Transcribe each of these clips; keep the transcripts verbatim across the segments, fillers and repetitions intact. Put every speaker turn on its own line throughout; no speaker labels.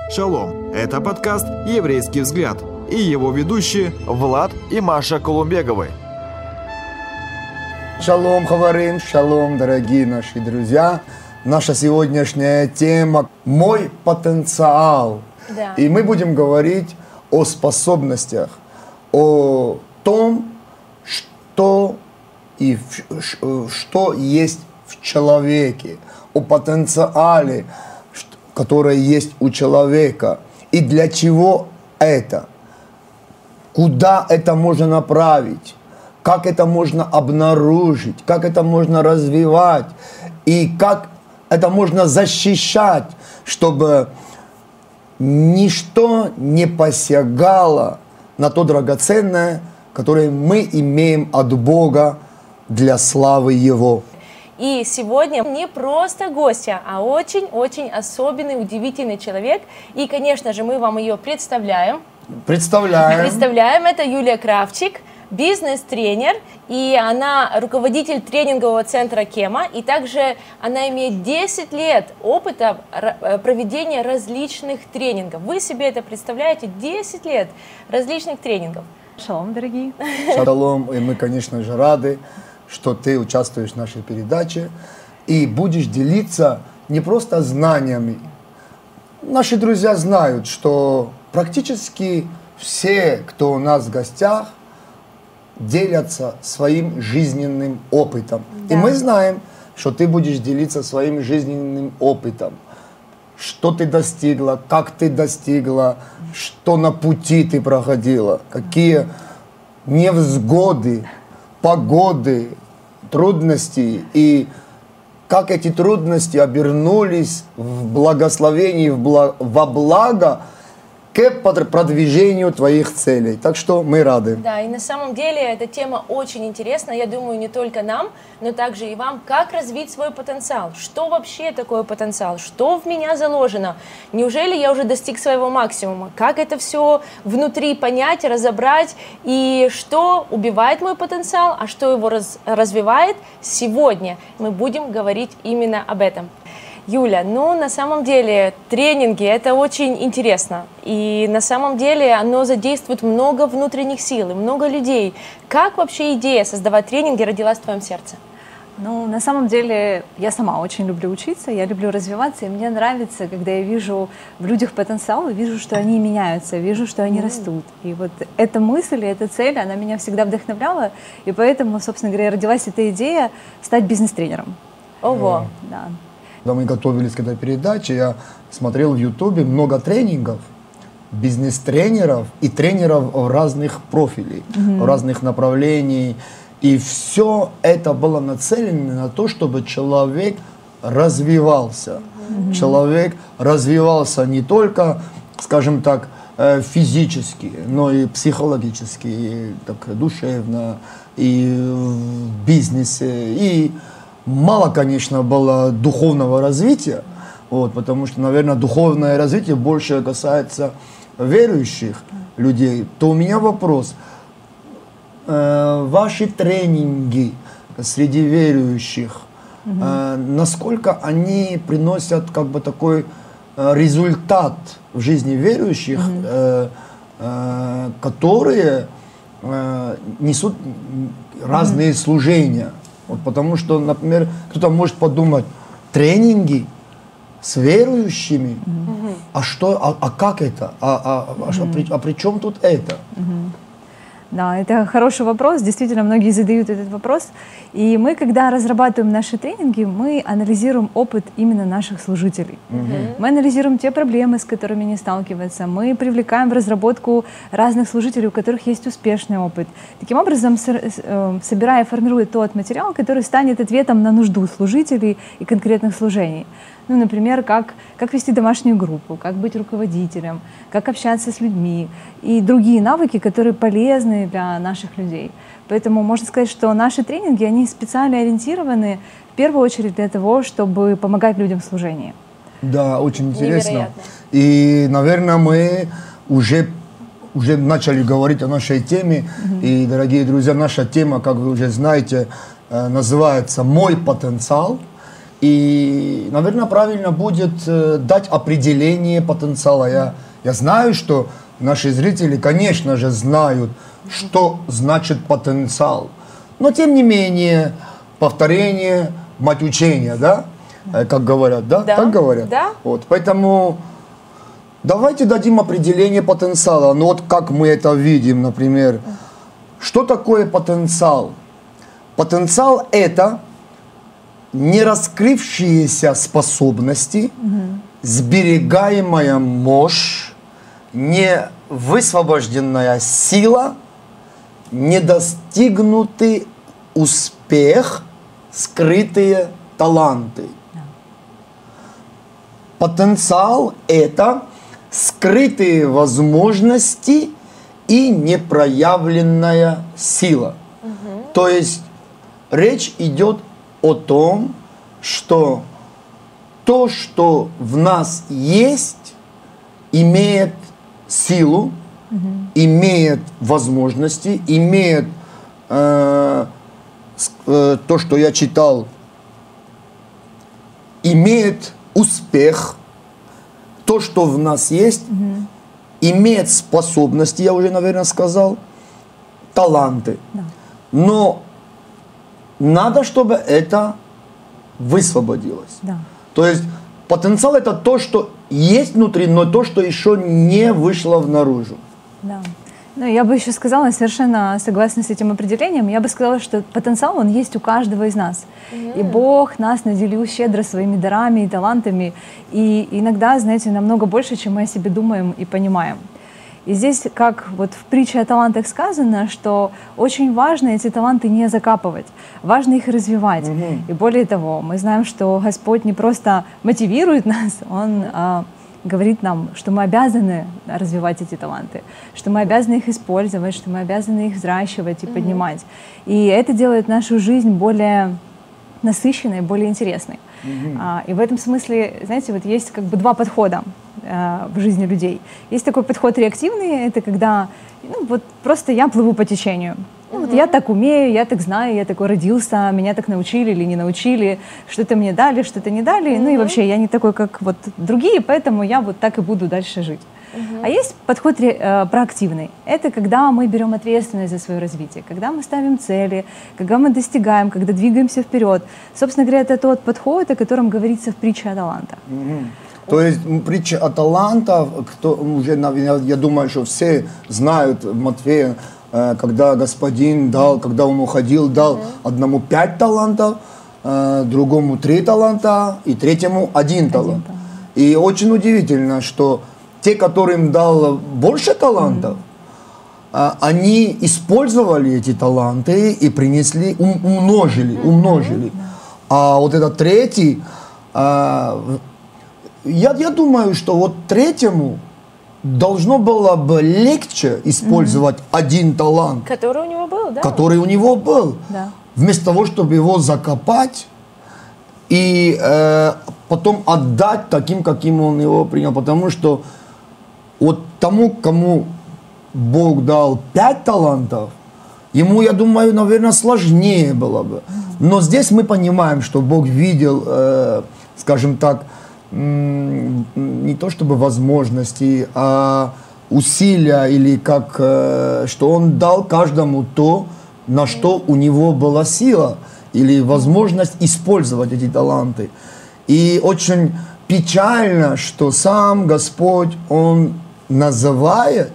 Шалом! Это подкаст «Еврейский взгляд» и его ведущие Влад и Маша Колумбеговы.
Шалом, хаварим, шалом, дорогие наши друзья. Наша сегодняшняя тема «Мой потенциал».
Да.
И мы будем говорить о способностях, о том, что, и в, что есть в человеке, о потенциале, который есть у человека. И для чего это? Куда это можно направить? Как это можно обнаружить? Как это можно развивать? И как это можно защищать, чтобы ничто не посягало на то драгоценное, которое мы имеем от Бога для славы Его.
И сегодня не просто гостья, а очень-очень особенный, удивительный человек. И, конечно же, мы вам ее представляем.
Представляем.
Представляем, это Юлия Кравчик, бизнес-тренер, и она руководитель тренингового центра Кема, и также она имеет десять лет опыта проведения различных тренингов. Вы себе это представляете? десять лет различных тренингов.
Шалом, дорогие.
Шалом, и мы, конечно же, рады, что ты участвуешь в нашей передаче и будешь делиться не просто знаниями. Наши друзья знают, что практически все, кто у нас в гостях, делятся своим жизненным опытом. Да. И мы знаем, что ты будешь делиться своим жизненным опытом. Что ты достигла, как ты достигла, что на пути ты проходила, какие невзгоды, погоды, трудности, и как эти трудности обернулись в благословении, в благо, во благо к продвижению твоих целей. Так что мы рады.
Да, и на самом деле эта тема очень интересна, я думаю, не только нам, но также и вам, как развить свой потенциал. Что вообще такое потенциал? Что в меня заложено? Неужели я уже достиг своего максимума? Как это все внутри понять, разобрать? И что убивает мой потенциал, а что его раз, развивает? Сегодня мы будем говорить именно об этом. Юля, ну на самом деле тренинги это очень интересно, и на самом деле оно задействует много внутренних сил и много людей. Как вообще идея создавать тренинги родилась в твоем сердце?
Ну, на самом деле, я сама очень люблю учиться, я люблю развиваться, и мне нравится, когда я вижу в людях потенциал, и вижу, что они меняются, вижу, что они mm. растут. И вот эта мысль, эта цель, она меня всегда вдохновляла, и поэтому, собственно говоря, родилась эта идея стать бизнес-тренером.
Ого!
Mm. Да.
Когда мы готовились к этой передаче, я смотрел в Ютубе много тренингов, бизнес-тренеров и тренеров разных профилей, mm-hmm. разных направлений. И все это было нацелено на то, чтобы человек развивался. Mm-hmm. Человек развивался не только, скажем так, физически, но и психологически, и так, душевно, и в бизнесе, и мало, конечно, было духовного развития, вот, потому что, наверное, духовное развитие больше касается верующих людей. То у меня вопрос. Э, ваши тренинги среди верующих, угу. э, насколько они приносят как бы такой э, результат в жизни верующих, угу. э, э, которые э, несут разные угу. служения? Вот потому что, например, кто-то может подумать, тренинги с верующими, mm-hmm. а что, а, а как это, а, а, mm-hmm. а, при, а при чем тут это?
Mm-hmm. Да, это хороший вопрос, действительно, многие задают этот вопрос. И мы, когда разрабатываем наши тренинги, мы анализируем опыт именно наших служителей. Mm-hmm. Мы анализируем те проблемы, с которыми они сталкиваются. Мы привлекаем в разработку разных служителей, у которых есть успешный опыт. Таким образом, собирая и формируя тот материал, который станет ответом на нужду служителей и конкретных служений. Ну, например, как, как вести домашнюю группу, как быть руководителем, как общаться с людьми и другие навыки, которые полезны для наших людей. Поэтому можно сказать, что наши тренинги, они специально ориентированы в первую очередь для того, чтобы помогать людям в служении.
Да, очень интересно.
Невероятно.
И, наверное, мы уже, уже начали говорить о нашей теме. Mm-hmm. И, дорогие друзья, наша тема, как вы уже знаете, называется «Мой потенциал». И, наверное, правильно будет э, дать определение потенциала. Я, я знаю, что наши зрители, конечно же, знают, что значит потенциал. Но, тем не менее, повторение – мать учения, да? Э, как говорят, да?
Да.
Так говорят?
Да.
Вот, поэтому давайте дадим определение потенциала. Ну вот как мы это видим, например. Что такое потенциал? Потенциал – это не раскрывшиеся способности, угу. сберегаемая мощь, не высвобожденная сила, недостигнутый успех, скрытые таланты. Да. Потенциал – это скрытые возможности и непроявленная сила. Угу. То есть речь идет о том, что то, что в нас есть, имеет силу, угу. имеет возможности, имеет э, э, то, что я читал, имеет успех, то, что в нас есть, угу. имеет способности, я уже, наверное, сказал, таланты. Да. Но надо, чтобы это высвободилось. Да. То есть потенциал – это то, что есть внутри, но то, что еще не вышло наружу.
Да. Ну, я бы еще сказала, совершенно согласна с этим определением, я бы сказала, что потенциал, он есть у каждого из нас. Mm-hmm. И Бог нас наделил щедро своими дарами и талантами, и иногда, знаете, намного больше, чем мы о себе думаем и понимаем. И здесь, как вот в притче о талантах сказано, что очень важно эти таланты не закапывать, важно их развивать. Mm-hmm. И более того, мы знаем, что Господь не просто мотивирует нас, Он а, говорит нам, что мы обязаны развивать эти таланты, что мы обязаны их использовать, что мы обязаны их взращивать и mm-hmm. поднимать. И это делает нашу жизнь более насыщенной, более интересной. Mm-hmm. А, и в этом смысле, знаете, вот есть как бы два подхода в жизни людей. Есть такой подход реактивный, это когда ну, вот просто я плыву по течению. Ну, вот я так умею, я так знаю, я такой родился, меня так научили или не научили, что-то мне дали, что-то не дали. Mm-hmm. Ну и вообще я не такой, как вот другие, поэтому я вот так и буду дальше жить. Mm-hmm. А есть подход э, проактивный. Это когда мы берем ответственность за свое развитие, когда мы ставим цели, когда мы достигаем, когда двигаемся вперед. Собственно говоря, это тот подход, о котором говорится в притче о талантах.
Mm-hmm. То есть притча о талантах, кто уже, я думаю, что все знают Матфея, когда господин дал, когда он уходил, дал mm-hmm. одному пять талантов, другому три таланта и третьему один талант. Один, и очень удивительно, что те, которым дал больше талантов, mm-hmm. они использовали эти таланты и принесли, умножили, mm-hmm. умножили. Mm-hmm. А вот этот третий, Я, я думаю, что вот третьему должно было бы легче использовать mm-hmm. один талант.
Который у него был, да?
Который у него был.
Да.
Вместо того, чтобы его закопать и э, потом отдать таким, каким он его принял. Потому что вот тому, кому Бог дал пять талантов, ему, я думаю, наверное, сложнее было бы. Но здесь мы понимаем, что Бог видел, э, скажем так, не то чтобы возможности, а усилия, или как, что он дал каждому то, на что у него была сила, или возможность использовать эти таланты. И очень печально, что сам Господь, Он называет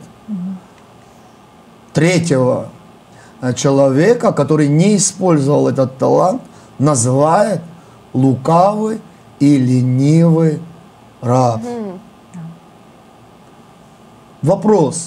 третьего человека, который не использовал этот талант, называет лукавый и ленивый раб. Mm-hmm. Вопрос.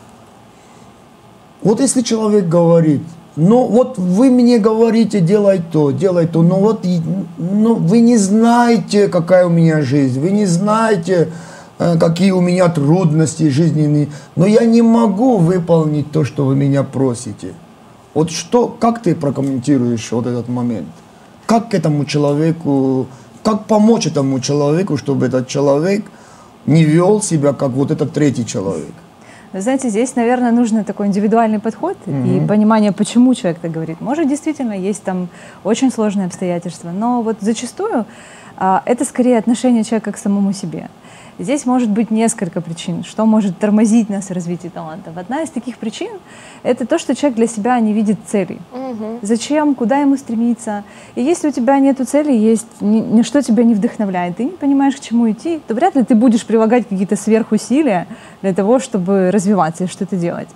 Вот если человек говорит, ну вот вы мне говорите, делай то, делай то, но вот ну, вы не знаете, какая у меня жизнь, вы не знаете, какие у меня трудности жизненные, но я не могу выполнить то, что вы меня просите. Вот что, как ты прокомментируешь вот этот момент? Как к этому человеку, как помочь этому человеку, чтобы этот человек не вел себя, как вот этот третий человек?
Вы знаете, здесь, наверное, нужно такой индивидуальный подход mm-hmm. и понимание, почему человек так говорит. Может, действительно, есть там очень сложные обстоятельства, но вот зачастую а, это скорее отношение человека к самому себе. Здесь может быть несколько причин, что может тормозить нас в развитии талантов. Одна из таких причин — это то, что человек для себя не видит целей. Угу. Зачем, куда ему стремиться. И если у тебя нет цели, есть ничто тебя не вдохновляет, ты не понимаешь, к чему идти, то вряд ли ты будешь прилагать какие-то сверхусилия для того, чтобы развиваться и что-то делать.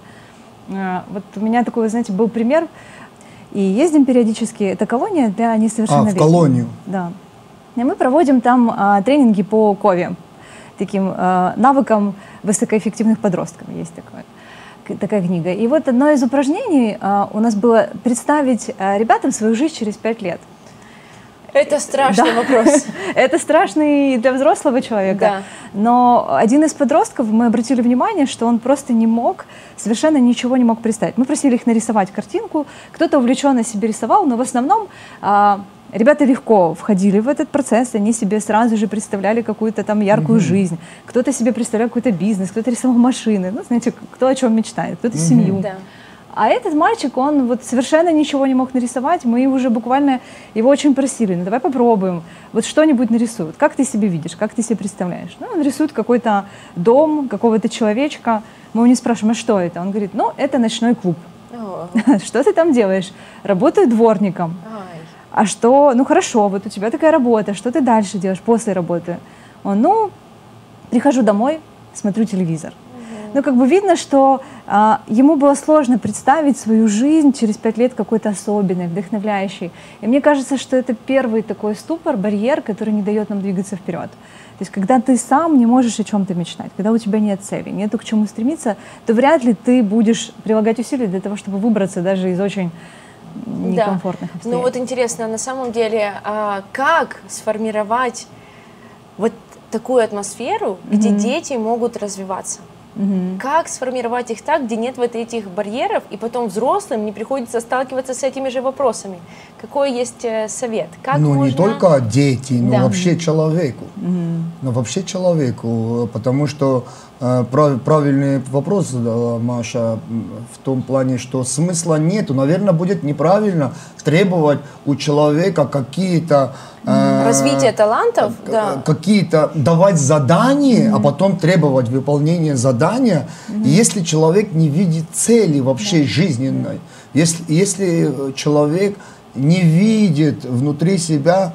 Вот у меня такой, вы знаете, был пример. И ездим периодически. Это колония для несовершеннолетних.
А, в колонию?
Да. И мы проводим там а, тренинги по кове. Таким э, навыкам высокоэффективных подростков. Есть такое, такая книга. И вот одно из упражнений э, у нас было представить э, ребятам свою жизнь через пять лет.
Это страшный
да.
вопрос.
Это страшный для взрослого человека.
Да.
Но один из подростков, мы обратили внимание, что он просто не мог, совершенно ничего не мог представить. Мы просили их нарисовать картинку. Кто-то увлеченно себе рисовал, но в основном э, ребята легко входили в этот процесс, они себе сразу же представляли какую-то там яркую mm-hmm. жизнь. Кто-то себе представлял какой-то бизнес, кто-то рисовал машины, ну, знаете, кто о чем мечтает, кто-то mm-hmm. семью.
Да.
А этот мальчик, он вот совершенно ничего не мог нарисовать, мы уже буквально его очень просили, ну давай попробуем, вот что-нибудь нарисуй, вот как ты себе видишь, как ты себе представляешь. Ну, он рисует какой-то дом, какого-то человечка, мы у него спрашиваем, а что это? Он говорит, ну, это ночной клуб. Oh. Что ты там делаешь? Работаю дворником. А что, ну хорошо, вот у тебя такая работа, что ты дальше делаешь после работы? Он, ну, прихожу домой, смотрю телевизор. Uh-huh. Ну, как бы видно, что а, ему было сложно представить свою жизнь через пять лет какой-то особенной, вдохновляющей. И мне кажется, что это первый такой ступор, барьер, который не дает нам двигаться вперед. То есть, когда ты сам не можешь о чем-то мечтать, когда у тебя нет цели, нету к чему стремиться, то вряд ли ты будешь прилагать усилия для того, чтобы выбраться даже из очень некомфортных
да.
обстоятельств.
Ну вот интересно, на самом деле, а как сформировать вот такую атмосферу, mm-hmm. где дети могут развиваться? Mm-hmm. Как сформировать их так, где нет вот этих барьеров, и потом взрослым не приходится сталкиваться с этими же вопросами? Какой есть совет? Как
ну
можно...
не только дети, но
да.
вообще человеку. Mm-hmm. Но вообще человеку, потому что э, прав, правильный вопрос задала Маша в том плане, что смысла нету. Наверное, будет неправильно требовать у человека какие-то
э, развитие талантов,
э,
да.
какие-то давать задания, mm-hmm. а потом требовать выполнения задания, mm-hmm. если человек не видит цели вообще yeah. жизненной, если если человек не видит внутри себя,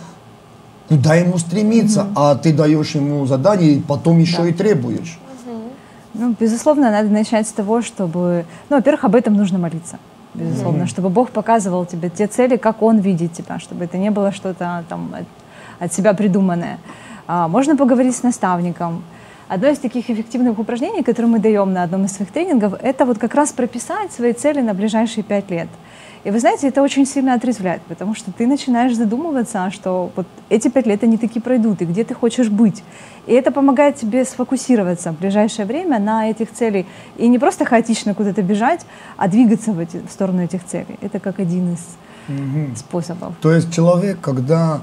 куда ему стремиться, mm-hmm. а ты даешь ему задание и потом еще да. и требуешь.
Mm-hmm. Ну, безусловно, надо начать с того, чтобы, ну, во-первых, об этом нужно молиться, безусловно, mm-hmm. чтобы Бог показывал тебе те цели, как Он видит тебя, чтобы это не было что-то там от, от себя придуманное. А, можно поговорить с наставником. Одно из таких эффективных упражнений, которые мы даем на одном из своих тренингов, это вот как раз прописать свои цели на ближайшие пять лет. И вы знаете, это очень сильно отрезвляет, потому что ты начинаешь задумываться, что вот эти пять лет они таки пройдут, и где ты хочешь быть. И это помогает тебе сфокусироваться в ближайшее время на этих целях. И не просто хаотично куда-то бежать, а двигаться в, эти, в сторону этих целей. Это как один из угу. способов.
То есть человек, когда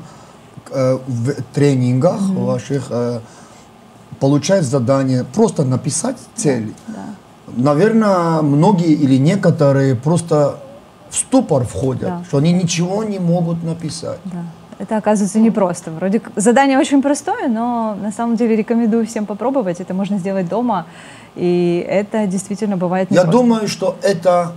э, в тренингах угу. ваших э, получает задание просто написать цели,
да, да.
наверное, многие или некоторые просто в ступор входят, да. что они ничего не могут написать.
Да. Это оказывается непросто. Вроде задание очень простое, но на самом деле рекомендую всем попробовать. Это можно сделать дома, и это действительно бывает непросто.
Я думаю, что это,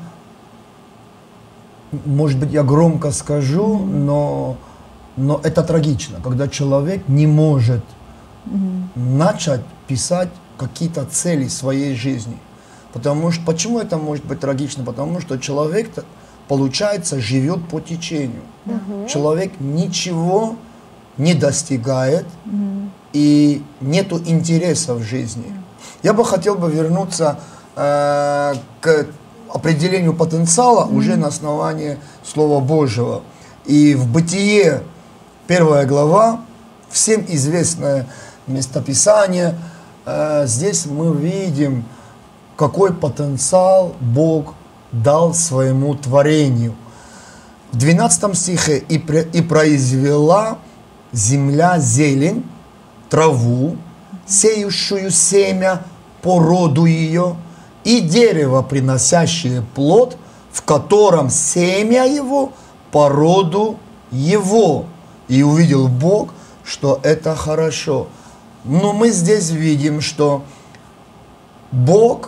может быть, я громко скажу, mm-hmm. но, но это трагично, когда человек не может mm-hmm. начать писать какие-то цели своей жизни. Потому что, почему это может быть трагично? Потому что человек, получается, живет по течению. Uh-huh. Человек ничего не достигает, uh-huh. и нету интереса в жизни. Uh-huh. Я бы хотел бы вернуться э, к определению потенциала uh-huh. уже на основании Слова Божьего. И в Бытие, первая глава, всем известное местописание, э, здесь мы видим, какой потенциал Бог дал своему творению. В двенадцатом стихе «И, и произвела земля зелень, траву, сеющую семя по роду ее, и дерево, приносящее плод, в котором семя его по роду его. И увидел Бог, что это хорошо. Но мы здесь видим, что Бог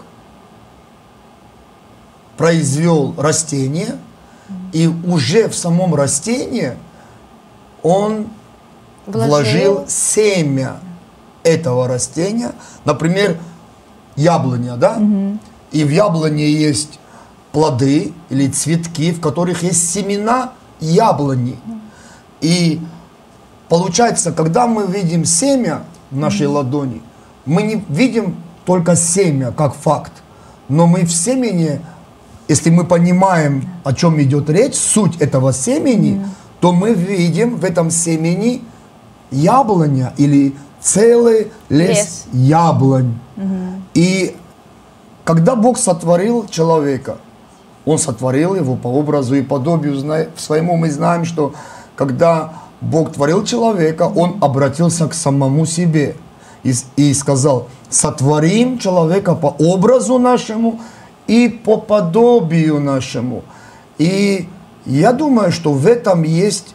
произвел растение, и уже в самом растении Он вложил, вложил семя этого растения. Например, яблоня, да? Угу. И в яблоне есть плоды или цветки, в которых есть семена яблони. И получается, когда мы видим семя в нашей mm-hmm. ладони, мы не видим только семя как факт, но мы в семени, если мы понимаем, о чем идет речь, суть этого семени, mm-hmm. то мы видим в этом семени яблоня или целый лес, лес. яблонь. Mm-hmm. И когда Бог сотворил человека, Он сотворил его по образу и подобию своему. Мы знаем, что когда Бог творил человека, Он обратился к самому себе и, и сказал: сотворим человека по образу нашему и по подобию нашему. И я думаю, что в этом есть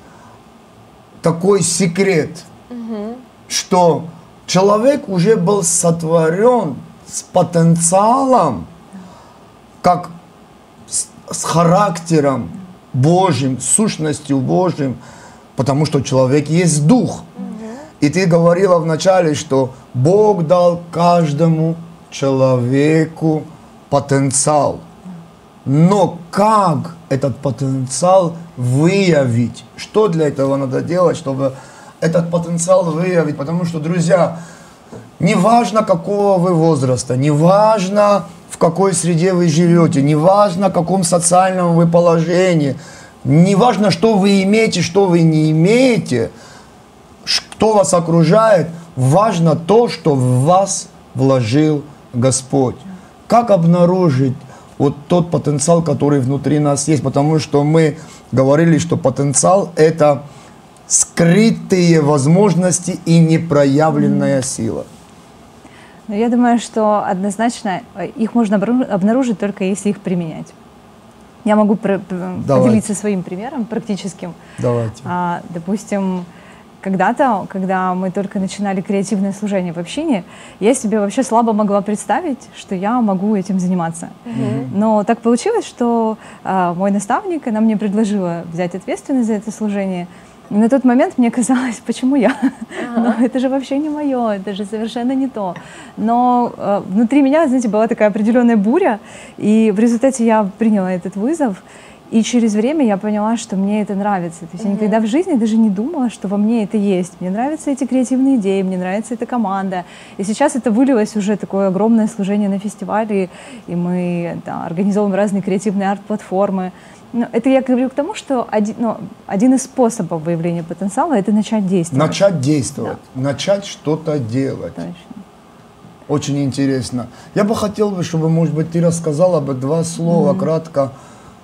такой секрет, угу. что человек уже был сотворен с потенциалом, как с, с характером Божьим, сущностью Божьим, потому что человек есть дух. Угу. И ты говорила вначале, что Бог дал каждому человеку потенциал. Но как этот потенциал выявить? Что для этого надо делать, чтобы этот потенциал выявить? Потому что, друзья, неважно, какого вы возраста, неважно, в какой среде вы живете, неважно, в каком социальном вы положении, неважно, что вы имеете, что вы не имеете, кто вас окружает, важно то, что в вас вложил Господь. Как обнаружить вот тот потенциал, который внутри нас есть? Потому что мы говорили, что потенциал – это скрытые возможности и непроявленная сила.
Я думаю, что однозначно их можно обнаружить только если их применять. Я могу про- поделиться своим примером практическим.
Давайте.
А, допустим, когда-то, когда мы только начинали креативное служение в общине, я себе вообще слабо могла представить, что я могу этим заниматься. Mm-hmm. Но так получилось, что а, мой наставник, она мне предложила взять ответственность за это служение. И на тот момент мне казалось, почему я? Uh-huh. Но это же вообще не мое, это же совершенно не то. Но э, внутри меня, знаете, была такая определенная буря, и в результате я приняла этот вызов, и через время я поняла, что мне это нравится. То есть uh-huh. я никогда в жизни даже не думала, что во мне это есть. Мне нравятся эти креативные идеи, мне нравится эта команда. И сейчас это вылилось уже такое огромное служение на фестивале, и мы да, организовываем разные креативные арт-платформы. Ну, это я говорю к тому, что один, ну, один из способов выявления потенциала – это начать действовать.
Начать действовать, да. начать что-то делать.
Точно.
Очень интересно. Я бы хотел, чтобы, может быть, ты рассказала бы два слова mm-hmm. кратко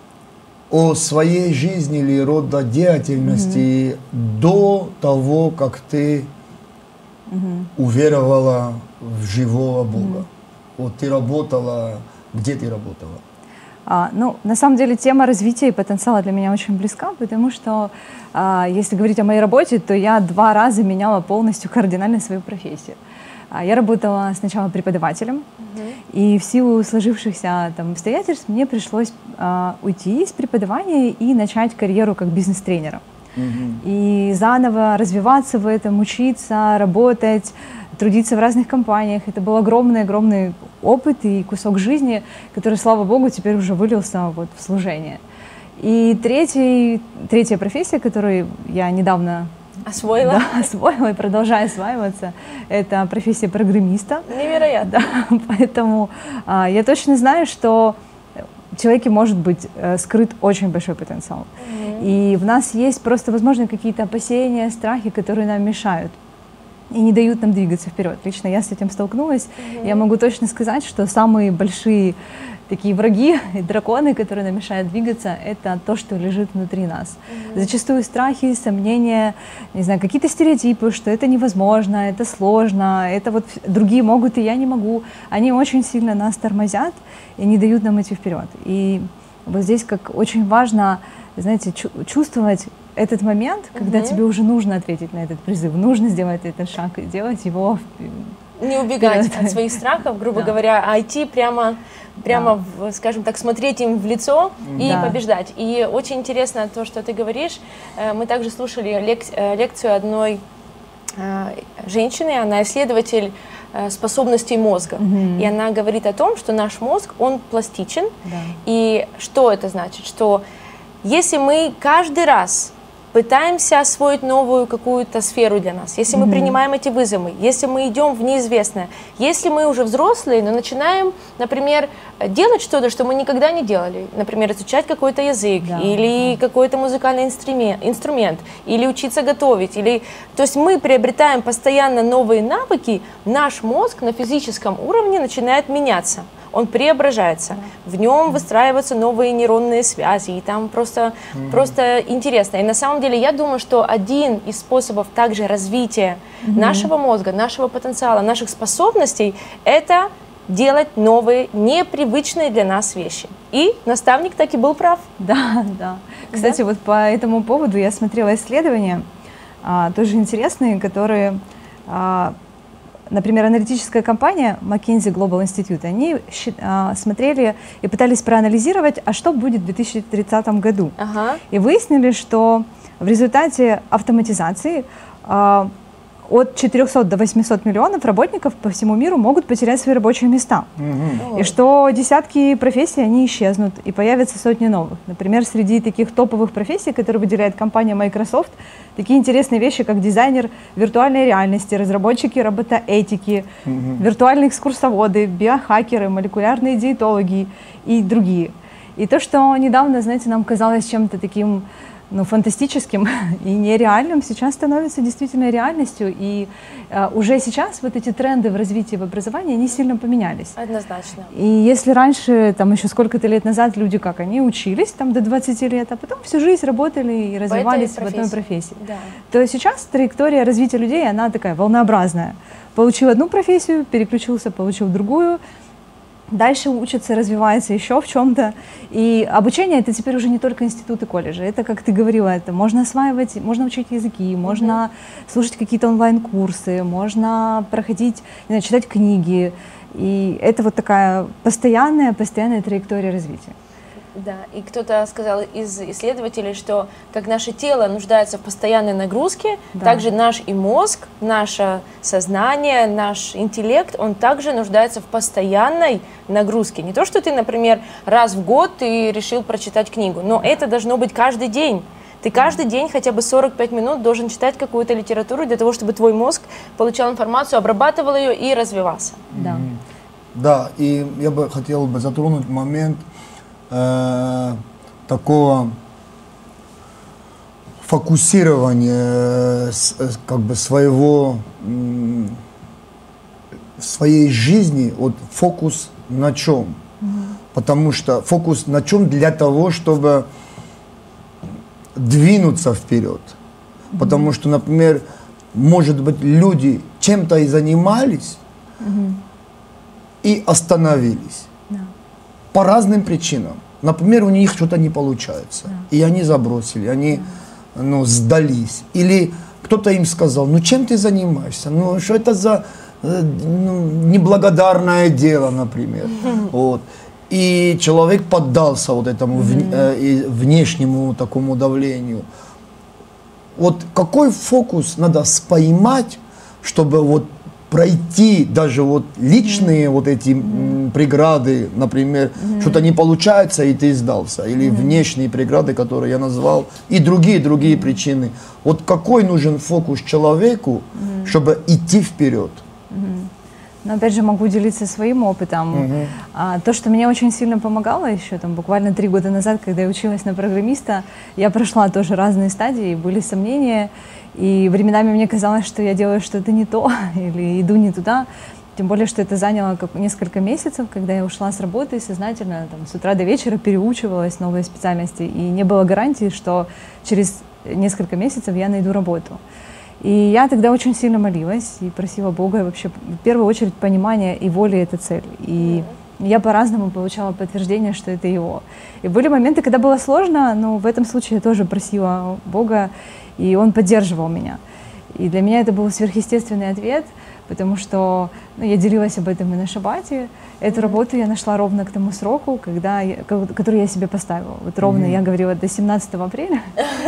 о своей жизни или рода деятельности mm-hmm. до того, как ты mm-hmm. уверовала в живого Бога. Mm-hmm. Вот ты работала, где ты работала?
А, ну, на самом деле тема развития и потенциала для меня очень близка, потому что, а, если говорить о моей работе, то я два раза меняла полностью кардинально свою профессию. А, я работала сначала преподавателем, mm-hmm. и в силу сложившихся там обстоятельств мне пришлось а, уйти из преподавания и начать карьеру как бизнес-тренера. Mm-hmm. И заново развиваться в этом, учиться, работать, трудиться в разных компаниях. Это был огромный-огромный опыт и кусок жизни, который, слава Богу, теперь уже вылился вот в служение. И третий, третья профессия, которую я недавно
освоила,
да, освоила и продолжаю осваиваться, это профессия программиста.
Невероятно.
Да, поэтому а, я точно знаю, что в человеке может быть э, скрыт очень большой потенциал. Mm-hmm. И в нас есть просто, возможно, какие-то опасения, страхи, которые нам мешают и не дают нам двигаться вперед. Лично я с этим столкнулась. Mm-hmm. Я могу точно сказать, что самые большие такие враги и драконы, которые нам мешают двигаться, это то, что лежит внутри нас. Mm-hmm. Зачастую страхи, сомнения, не знаю, какие-то стереотипы, что это невозможно, это сложно, это вот другие могут, и я не могу. Они очень сильно нас тормозят и не дают нам идти вперед. И вот здесь как очень важно, знаете, чувствовать этот момент, когда mm-hmm. тебе уже нужно ответить на этот призыв, нужно сделать этот шаг и делать его.
Не убегать вперед от своих страхов, грубо да. говоря, а идти прямо, прямо да. в, скажем так, смотреть им в лицо и да. побеждать. И очень интересно то, что ты говоришь. Мы также слушали лек- лекцию одной женщины, она исследователь способностей мозга. Mm-hmm. И она говорит о том, что наш мозг, он пластичен. Да. И что это значит? Что если мы каждый раз пытаемся освоить новую какую-то сферу для нас, если mm-hmm. мы принимаем эти вызовы, если мы идем в неизвестное, если мы уже взрослые, но начинаем, например, делать что-то, что мы никогда не делали, например, изучать какой-то язык, да, или да. какой-то музыкальный инструмент, инструмент, или учиться готовить, или... то есть мы приобретаем постоянно новые навыки, наш мозг на физическом уровне начинает меняться. Он преображается, да. в нем выстраиваются новые нейронные связи, и там просто, mm-hmm. просто интересно. И на самом деле я думаю, что один из способов также развития mm-hmm. нашего мозга, нашего потенциала, наших способностей – это делать новые, непривычные для нас вещи. И наставник таки был прав.
Да, да. Кстати, да? вот по этому поводу я смотрела исследования, а, тоже интересные, которые... А, Например, аналитическая компания McKinsey Global Institute, они а, смотрели и пытались проанализировать, а что будет в две тысячи тридцатом году. Ага. И выяснили, что в результате автоматизации а, от четырёхсот до восьмисот миллионов работников по всему миру могут потерять свои рабочие места. Угу. И что десятки профессий, они исчезнут, и появятся сотни новых. Например, среди таких топовых профессий, которые выделяет компания Microsoft, такие интересные вещи, как дизайнер виртуальной реальности, разработчики роботоэтики, угу. виртуальные экскурсоводы, биохакеры, молекулярные диетологи и другие. И то, что недавно, знаете, нам казалось чем-то таким, ну, фантастическим и нереальным, сейчас становится действительно реальностью. И э, уже сейчас вот эти тренды в развитии в образовании, они сильно поменялись.
Однозначно.
И если раньше, там еще сколько-то лет назад люди как, они учились там до двадцати лет, а потом всю жизнь работали и развивались в одной профессии, да. то сейчас траектория развития людей, она такая волнообразная. Получил одну профессию, переключился, получил другую, дальше учится, развивается еще в чем-то. И обучение — это теперь уже не только институты, колледжи. Это, как ты говорила, это можно осваивать, можно учить языки, можно mm-hmm. слушать какие-то онлайн-курсы, можно проходить, не знаю, читать книги. И это вот такая постоянная, постоянная траектория развития.
Да, и кто-то сказал из исследователей, что как наше тело нуждается в постоянной нагрузке, да. также наш и мозг, наше сознание, наш интеллект, он также нуждается в постоянной нагрузке. Не то, что ты, например, раз в год ты решил прочитать книгу, но это должно быть каждый день. Ты каждый день хотя бы сорок пять минут должен читать какую-то литературу для того, чтобы твой мозг получал информацию, обрабатывал ее и развивался.
Да,
да, и я бы хотел бы затронуть момент Э, такого фокусирования с, как бы своего м, своей жизни, вот фокус на чем, mm-hmm. потому что фокус на чем для того, чтобы двинуться вперед, mm-hmm. потому что, например, может быть, люди чем-то и занимались mm-hmm. и остановились. По разным причинам. Например, у них что-то не получается, да. и они забросили, они да. ну, сдались. Или кто-то им сказал, ну чем ты занимаешься? Ну что это за ну, неблагодарное дело, например. Mm-hmm. Вот. И человек поддался вот этому mm-hmm. в, внешнему такому давлению. Вот какой фокус надо поймать, чтобы вот пройти даже вот личные mm-hmm. вот эти mm-hmm. преграды, например, mm-hmm. что-то не получается, и ты сдался, или mm-hmm. внешние преграды, которые я назвал, и другие, другие mm-hmm. причины. Вот какой нужен фокус человеку, mm-hmm. чтобы идти вперед?
Mm-hmm. Но опять же могу делиться своим опытом.
Мгм.
А, то, что мне очень сильно помогало еще там буквально три года назад, когда я училась на программиста, я прошла тоже разные стадии, были сомнения, и временами мне казалось, что я делаю что-то не то или иду не туда. Тем более, что это заняло как несколько месяцев, когда я ушла с работы и сознательно там, с утра до вечера переучивалась новые специальности, и не было гарантии, что через несколько месяцев я найду работу. И я тогда очень сильно молилась и просила Бога вообще в первую очередь понимания и воли этой цели. И я по-разному получала подтверждение, что это Его. И были моменты, когда было сложно, но в этом случае я тоже просила Бога, и Он поддерживал меня. И для меня это был сверхъестественный ответ, потому что ну, я делилась об этом и на шаббате. Эту работу я нашла ровно к тому сроку, когда я, который я себе поставила. Вот ровно mm-hmm. я говорила до семнадцатого апреля,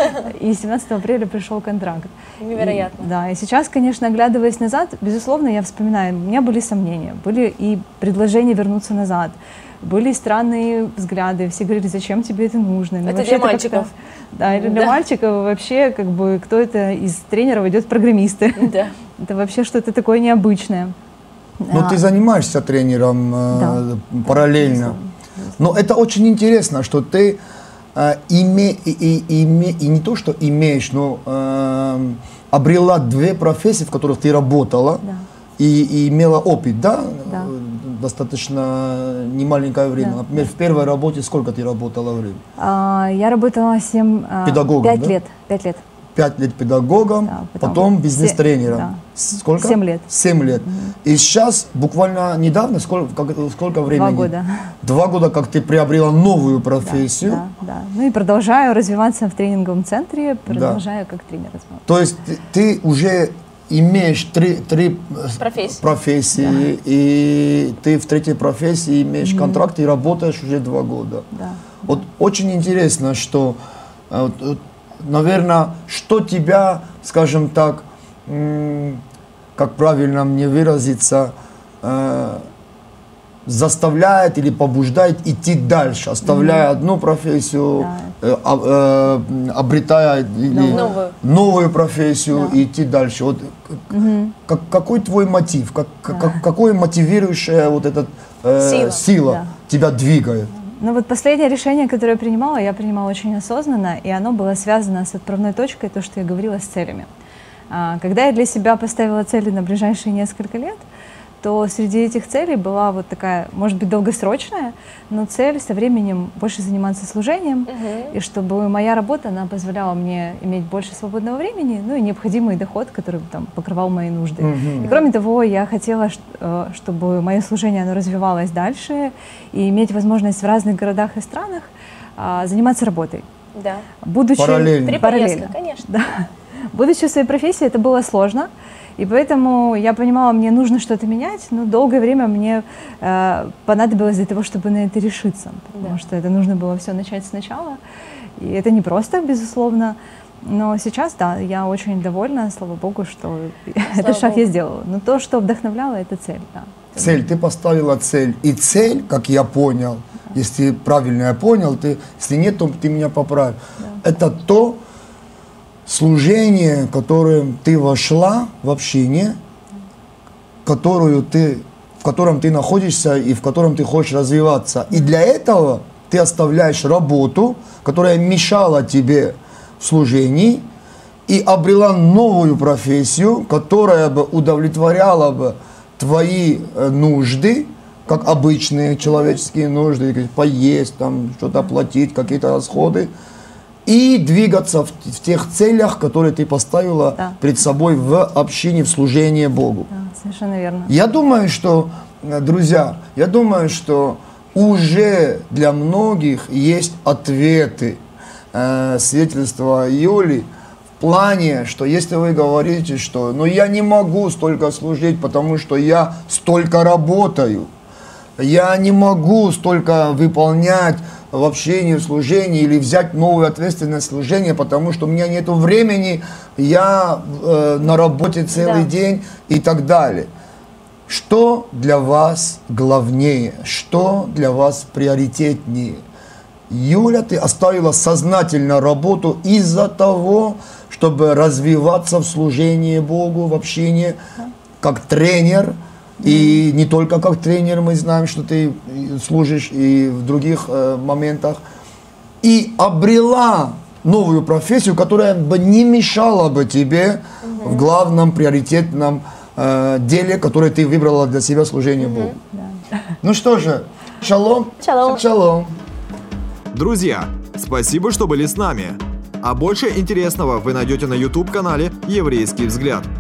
и семнадцатого апреля пришел контракт.
Невероятно.
И, да, и сейчас, конечно, оглядываясь назад, безусловно, я вспоминаю, у меня были сомнения, были и предложения вернуться назад, были странные взгляды, все говорили, зачем тебе это нужно.
Ну, это для мальчиков.
Да, или для да. мальчиков вообще, как бы, кто это из тренеров идет в программисты.
Да.
Это вообще что-то такое необычное.
Но а. ты занимаешься тренером
да.
э, параллельно.
Да,
но это очень интересно, что ты э, име, и, и, име, и не то, что имеешь, но э, обрела две профессии, в которых ты работала, да. и, и имела опыт, да?
Да.
Достаточно немаленькое время.
Да.
Например, в первой работе сколько ты работала время?
А, я работала семь,
педагогом,
пять
да?
лет. Пять лет.
Пять лет педагогом,
да, потом,
потом бизнес-тренером.
Да.
Сколько?
Семь лет.
Семь лет. Mm-hmm. И сейчас, буквально недавно, сколько, как, сколько времени?
Два года.
Два года, как ты приобрела новую профессию.
Да, да, да. Ну и продолжаю развиваться в тренинговом центре, продолжаю да. как тренер развиваться.
То есть ты, ты уже имеешь три, три
профессии,
профессии
да.
и ты в третьей профессии имеешь mm-hmm. контракт и работаешь уже два года.
Да.
Вот очень интересно, что, наверное, что тебя, скажем так, как правильно мне выразиться, заставляет или побуждает идти дальше, оставляя mm-hmm. одну профессию, да. э, э, обретая или
новую.
новую профессию
да.
и идти дальше. Вот,
mm-hmm.
как, какой твой мотив, как,
да.
как, какое мотивирующая вот эта э,
сила,
сила
да.
тебя двигает?
Ну вот последнее решение, которое я принимала, я принимала очень осознанно, и оно было связано с отправной точкой, то, что я говорила, с целями. Когда я для себя поставила цели на ближайшие несколько лет, то среди этих целей была вот такая, может быть, долгосрочная, но цель со временем больше заниматься служением, uh-huh. и чтобы моя работа, она позволяла мне иметь больше свободного времени, ну и необходимый доход, который там покрывал мои нужды. Uh-huh. И кроме того, я хотела, чтобы мое служение, оно развивалось дальше, и иметь возможность в разных городах и странах заниматься работой.
Да.
Будучи
параллельно.
Параллельно, конечно.
Да. Будучи в своей профессии, это было сложно. И поэтому я понимала, мне нужно что-то менять, но долгое время мне э, понадобилось для того, чтобы на это решиться, потому да. что это нужно было все начать сначала. И это непросто, безусловно, но сейчас, да, я очень довольна, слава Богу, что слава этот шаг
Богу.
я сделала. Но то, что вдохновляло, это цель, да.
Цель, ты поставила цель. И цель, как я понял, да. если правильно я понял, ты, если нет, то ты меня поправь. Да. Это то, служение, которым ты вошла в общение, которую ты, в котором ты находишься и в котором ты хочешь развиваться. И для этого ты оставляешь работу, которая мешала тебе в служении, и обрела новую профессию, которая бы удовлетворяла бы твои нужды, как обычные человеческие нужды, поесть, там, что-то оплатить, какие-то расходы, и двигаться в, в тех целях, которые ты поставила да. перед собой в общении, в служении Богу.
Да, совершенно верно.
Я думаю, что, друзья, я думаю, что уже для многих есть ответы э, свидетельства Юли в плане, что если вы говорите, что ну я не могу столько служить, потому что я столько работаю, я не могу столько выполнять в общении, в служении или взять новую ответственность в служение, потому что у меня нет времени, я э, на работе целый да. день и так далее. Что для вас главнее? Что для вас приоритетнее? Юля, ты оставила сознательно работу из-за того, чтобы развиваться в служении Богу, в общении, как тренер, И не только как тренер мы знаем, что ты служишь и в других э, моментах. И обрела новую профессию, которая бы не мешала бы тебе mm-hmm. в главном приоритетном э, деле, которое ты выбрала для себя, служение mm-hmm. Богу.
Да.
Ну что же, шалом.
Шалом.
Шалом.
Друзья, спасибо, что были с нами. А больше интересного вы найдете на YouTube-канале «Еврейский взгляд».